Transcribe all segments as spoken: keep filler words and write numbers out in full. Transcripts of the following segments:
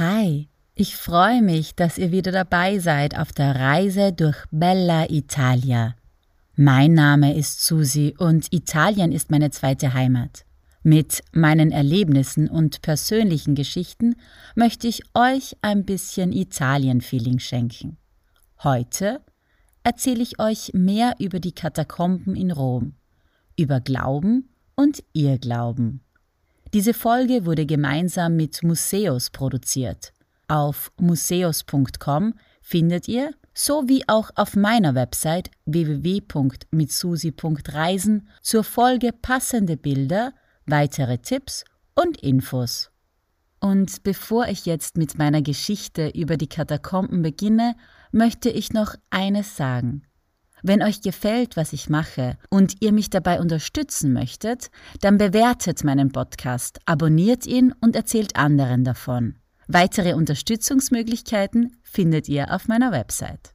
Hi, ich freue mich, dass ihr wieder dabei seid auf der Reise durch Bella Italia. Mein Name ist Susi und Italien ist meine zweite Heimat. Mit meinen Erlebnissen und persönlichen Geschichten möchte ich euch ein bisschen Italien-Feeling schenken. Heute erzähle ich euch mehr über die Katakomben in Rom, über Glauben und Irrglauben. Diese Folge wurde gemeinsam mit Museus produziert. Auf museus punkt com findet ihr, sowie auch auf meiner Website w w w punkt mitsusi punkt reisen zur Folge passende Bilder, weitere Tipps und Infos. Und bevor ich jetzt mit meiner Geschichte über die Katakomben beginne, möchte ich noch eines sagen. Wenn euch gefällt, was ich mache und ihr mich dabei unterstützen möchtet, dann bewertet meinen Podcast, abonniert ihn und erzählt anderen davon. Weitere Unterstützungsmöglichkeiten findet ihr auf meiner Website.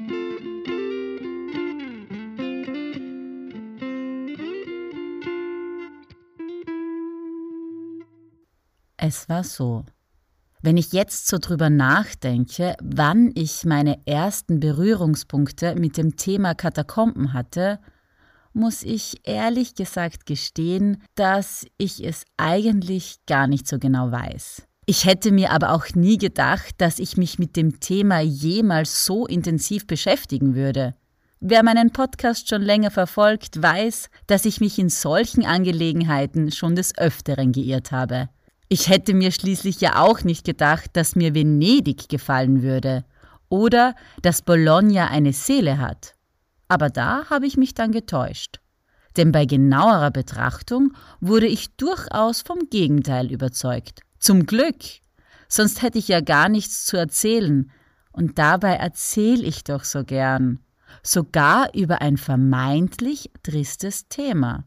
Es war so. Wenn ich jetzt so drüber nachdenke, wann ich meine ersten Berührungspunkte mit dem Thema Katakomben hatte, muss ich ehrlich gesagt gestehen, dass ich es eigentlich gar nicht so genau weiß. Ich hätte mir aber auch nie gedacht, dass ich mich mit dem Thema jemals so intensiv beschäftigen würde. Wer meinen Podcast schon länger verfolgt, weiß, dass ich mich in solchen Angelegenheiten schon des Öfteren geirrt habe. Ich hätte mir schließlich ja auch nicht gedacht, dass mir Venedig gefallen würde oder dass Bologna eine Seele hat. Aber da habe ich mich dann getäuscht. Denn bei genauerer Betrachtung wurde ich durchaus vom Gegenteil überzeugt. Zum Glück! Sonst hätte ich ja gar nichts zu erzählen. Und dabei erzähle ich doch so gern. Sogar über ein vermeintlich tristes Thema.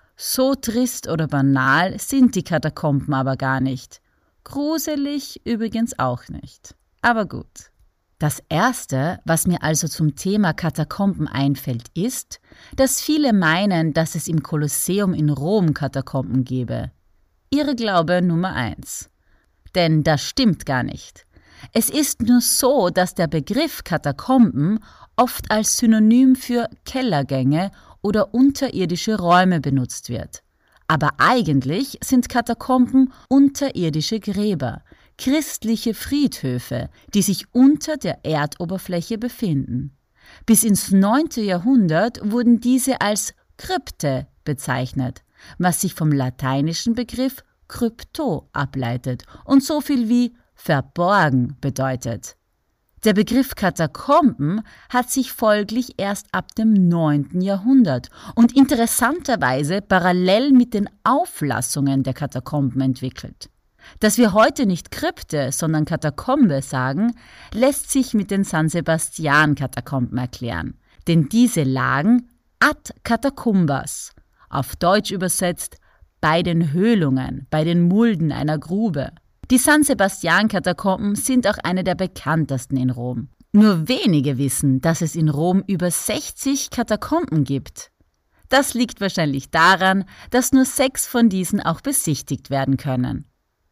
So trist oder banal sind die Katakomben aber gar nicht. Gruselig übrigens auch nicht. Aber gut. Das Erste, was mir also zum Thema Katakomben einfällt, ist, dass viele meinen, dass es im Kolosseum in Rom Katakomben gäbe. Irrglaube Nummer eins. Denn das stimmt gar nicht. Es ist nur so, dass der Begriff Katakomben oft als Synonym für Kellergänge oder unterirdische Räume benutzt wird. Aber eigentlich sind Katakomben unterirdische Gräber, christliche Friedhöfe, die sich unter der Erdoberfläche befinden. Bis ins neunte Jahrhundert wurden diese als Krypte bezeichnet, was sich vom lateinischen Begriff Krypto ableitet und so viel wie verborgen bedeutet. Der Begriff Katakomben hat sich folglich erst ab dem neunten Jahrhundert und interessanterweise parallel mit den Auflassungen der Katakomben entwickelt. Dass wir heute nicht Krypte, sondern Katakombe sagen, lässt sich mit den San Sebastian-Katakomben erklären, denn diese lagen ad catacumbas, auf Deutsch übersetzt bei den Höhlungen, bei den Mulden einer Grube. Die San Sebastian-Katakomben sind auch eine der bekanntesten in Rom. Nur wenige wissen, dass es in Rom über sechzig Katakomben gibt. Das liegt wahrscheinlich daran, dass nur sechs von diesen auch besichtigt werden können.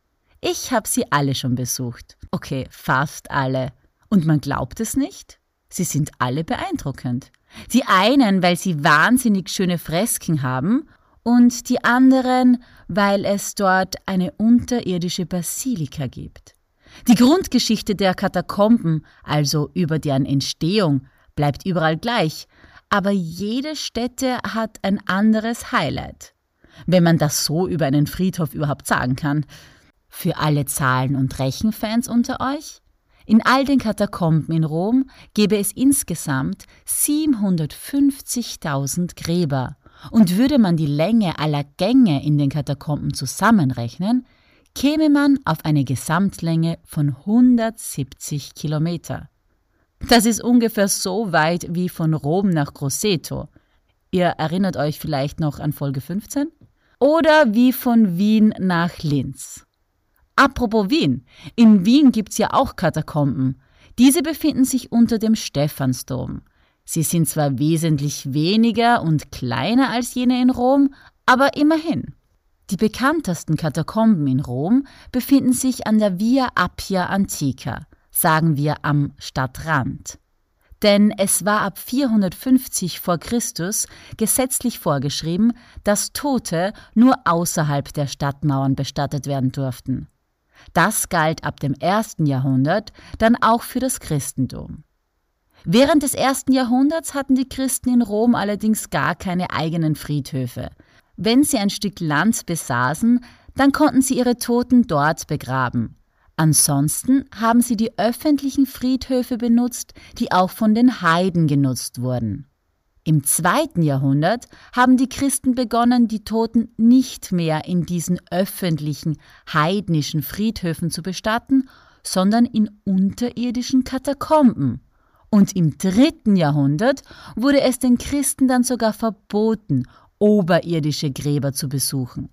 Ich habe sie alle schon besucht. Okay, fast alle. Und man glaubt es nicht? Sie sind alle beeindruckend. Die einen, weil sie wahnsinnig schöne Fresken haben, und die anderen, weil es dort eine unterirdische Basilika gibt. Die Grundgeschichte der Katakomben, also über deren Entstehung, bleibt überall gleich, aber jede Stätte hat ein anderes Highlight. Wenn man das so über einen Friedhof überhaupt sagen kann. Für alle Zahlen- und Rechenfans unter euch? In all den Katakomben in Rom gäbe es insgesamt siebenhundertfünfzigtausend Gräber. Und würde man die Länge aller Gänge in den Katakomben zusammenrechnen, käme man auf eine Gesamtlänge von hundertsiebzig Kilometer. Das ist ungefähr so weit wie von Rom nach Grosseto. Ihr erinnert euch vielleicht noch an Folge fünfzehn? Oder wie von Wien nach Linz. Apropos Wien. In Wien gibt's ja auch Katakomben. Diese befinden sich unter dem Stephansdom. Sie sind zwar wesentlich weniger und kleiner als jene in Rom, aber immerhin. Die bekanntesten Katakomben in Rom befinden sich an der Via Appia Antica, sagen wir am Stadtrand. Denn es war ab vierhundertfünfzig vor Christus gesetzlich vorgeschrieben, dass Tote nur außerhalb der Stadtmauern bestattet werden durften. Das galt ab dem ersten Jahrhundert dann auch für das Christentum. Während des ersten Jahrhunderts hatten die Christen in Rom allerdings gar keine eigenen Friedhöfe. Wenn sie ein Stück Land besaßen, dann konnten sie ihre Toten dort begraben. Ansonsten haben sie die öffentlichen Friedhöfe benutzt, die auch von den Heiden genutzt wurden. Im zweiten Jahrhundert haben die Christen begonnen, die Toten nicht mehr in diesen öffentlichen, heidnischen Friedhöfen zu bestatten, sondern in unterirdischen Katakomben. Und im dritten Jahrhundert wurde es den Christen dann sogar verboten, oberirdische Gräber zu besuchen.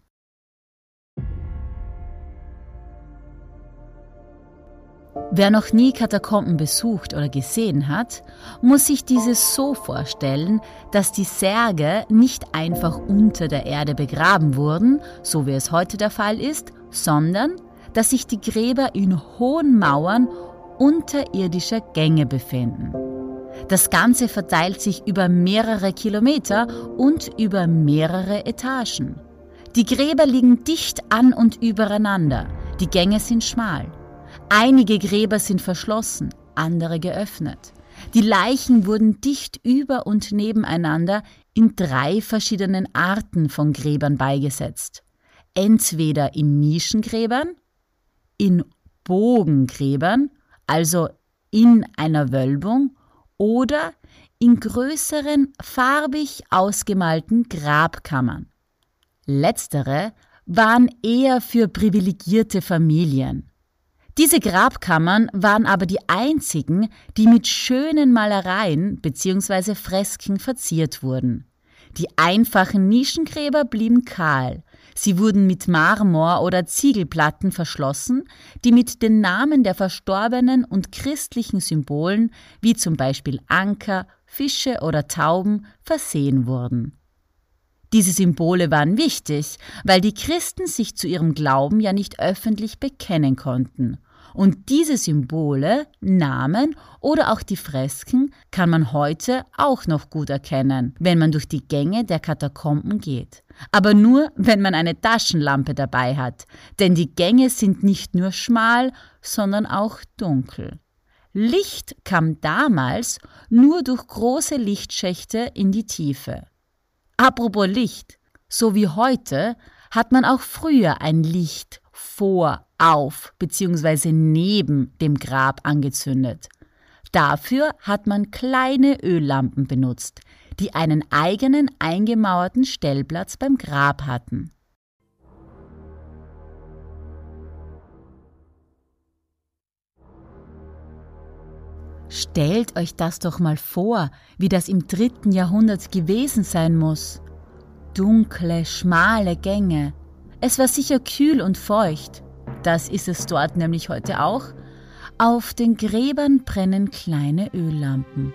Wer noch nie Katakomben besucht oder gesehen hat, muss sich dieses so vorstellen, dass die Särge nicht einfach unter der Erde begraben wurden, so wie es heute der Fall ist, sondern dass sich die Gräber in hohen Mauern unterirdischer Gänge befinden. Das Ganze verteilt sich über mehrere Kilometer und über mehrere Etagen. Die Gräber liegen dicht an und übereinander, die Gänge sind schmal. Einige Gräber sind verschlossen, andere geöffnet. Die Leichen wurden dicht über und nebeneinander in drei verschiedenen Arten von Gräbern beigesetzt. Entweder in Nischengräbern, in Bogengräbern, also in einer Wölbung, oder in größeren, farbig ausgemalten Grabkammern. Letztere waren eher für privilegierte Familien. Diese Grabkammern waren aber die einzigen, die mit schönen Malereien bzw. Fresken verziert wurden. Die einfachen Nischengräber blieben kahl. Sie wurden mit Marmor oder Ziegelplatten verschlossen, die mit den Namen der Verstorbenen und christlichen Symbolen, wie zum Beispiel Anker, Fische oder Tauben, versehen wurden. Diese Symbole waren wichtig, weil die Christen sich zu ihrem Glauben ja nicht öffentlich bekennen konnten. Und diese Symbole, Namen oder auch die Fresken kann man heute auch noch gut erkennen, wenn man durch die Gänge der Katakomben geht. Aber nur, wenn man eine Taschenlampe dabei hat, denn die Gänge sind nicht nur schmal, sondern auch dunkel. Licht kam damals nur durch große Lichtschächte in die Tiefe. Apropos Licht, so wie heute hat man auch früher ein Licht vor, auf bzw. neben dem Grab angezündet. Dafür hat man kleine Öllampen benutzt, die einen eigenen eingemauerten Stellplatz beim Grab hatten. Stellt euch das doch mal vor, wie das im dritten Jahrhundert gewesen sein muss. Dunkle, schmale Gänge. Es war sicher kühl und feucht. Das ist es dort nämlich heute auch. Auf den Gräbern brennen kleine Öllampen.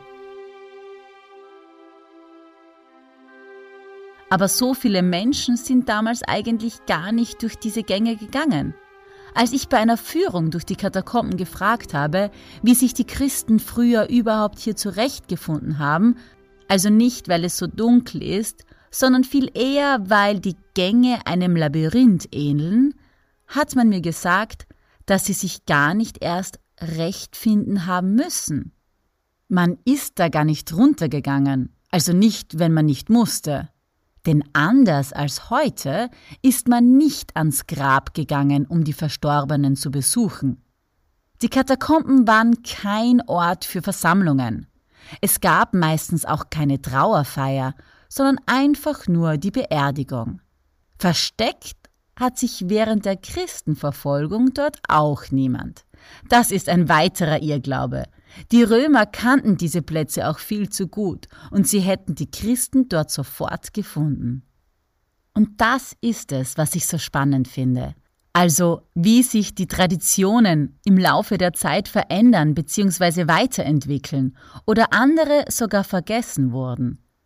Aber so viele Menschen sind damals eigentlich gar nicht durch diese Gänge gegangen. Als ich bei einer Führung durch die Katakomben gefragt habe, wie sich die Christen früher überhaupt hier zurechtgefunden haben, also nicht, weil es so dunkel ist, sondern viel eher, weil die Gänge einem Labyrinth ähneln, hat man mir gesagt, dass sie sich gar nicht erst recht finden haben müssen. Man ist da gar nicht runtergegangen, also nicht, wenn man nicht musste. Denn anders als heute ist man nicht ans Grab gegangen, um die Verstorbenen zu besuchen. Die Katakomben waren kein Ort für Versammlungen. Es gab meistens auch keine Trauerfeier, sondern einfach nur die Beerdigung. Versteckt hat sich während der Christenverfolgung dort auch niemand. Das ist ein weiterer Irrglaube. Die Römer kannten diese Plätze auch viel zu gut und sie hätten die Christen dort sofort gefunden. Und das ist es, was ich so spannend finde. Also wie sich die Traditionen im Laufe der Zeit verändern bzw. weiterentwickeln oder andere sogar vergessen wurden.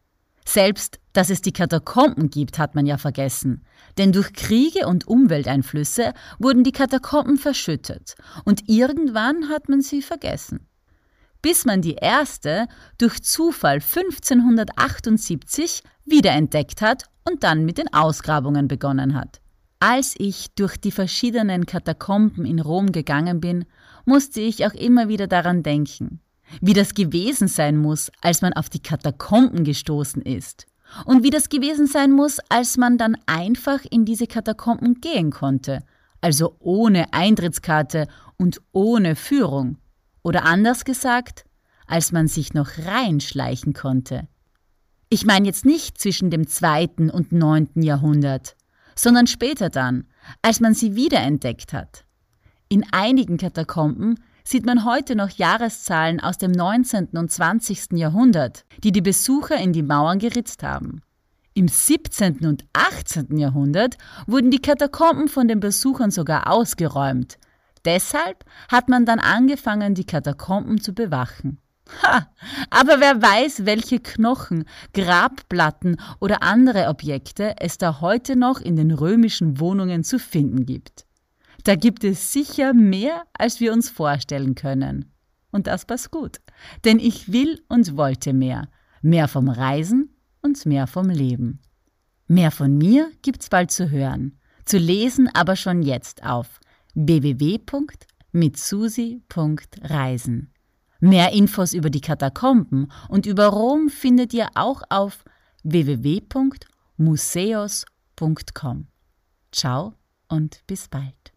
Selbst, dass es die Katakomben gibt, hat man ja vergessen. Denn durch Kriege und Umwelteinflüsse wurden die Katakomben verschüttet und irgendwann hat man sie vergessen. Bis man die erste durch Zufall fünfzehnhundertachtundsiebzig wiederentdeckt hat und dann mit den Ausgrabungen begonnen hat. Als ich durch die verschiedenen Katakomben in Rom gegangen bin, musste ich auch immer wieder daran denken, wie das gewesen sein muss, als man auf die Katakomben gestoßen ist und wie das gewesen sein muss, als man dann einfach in diese Katakomben gehen konnte, also ohne Eintrittskarte und ohne Führung. Oder anders gesagt, als man sich noch reinschleichen konnte. Ich meine jetzt nicht zwischen dem zweiten und neunten Jahrhundert, sondern später dann, als man sie wiederentdeckt hat. In einigen Katakomben sieht man heute noch Jahreszahlen aus dem neunzehnten und zwanzigsten Jahrhundert, die die Besucher in die Mauern geritzt haben. Im siebzehnten und achtzehnten Jahrhundert wurden die Katakomben von den Besuchern sogar ausgeräumt. Deshalb hat man dann angefangen, die Katakomben zu bewachen. Ha! Aber wer weiß, welche Knochen, Grabplatten oder andere Objekte es da heute noch in den römischen Wohnungen zu finden gibt. Da gibt es sicher mehr, als wir uns vorstellen können. Und das passt gut, denn ich will und wollte mehr. Mehr vom Reisen und mehr vom Leben. Mehr von mir gibt's bald zu hören, zu lesen aber schon jetzt auf w w w punkt mitsusi punkt reisen. Mehr Infos über die Katakomben und über Rom findet ihr auch auf w w w punkt museos punkt com. Ciao und bis bald.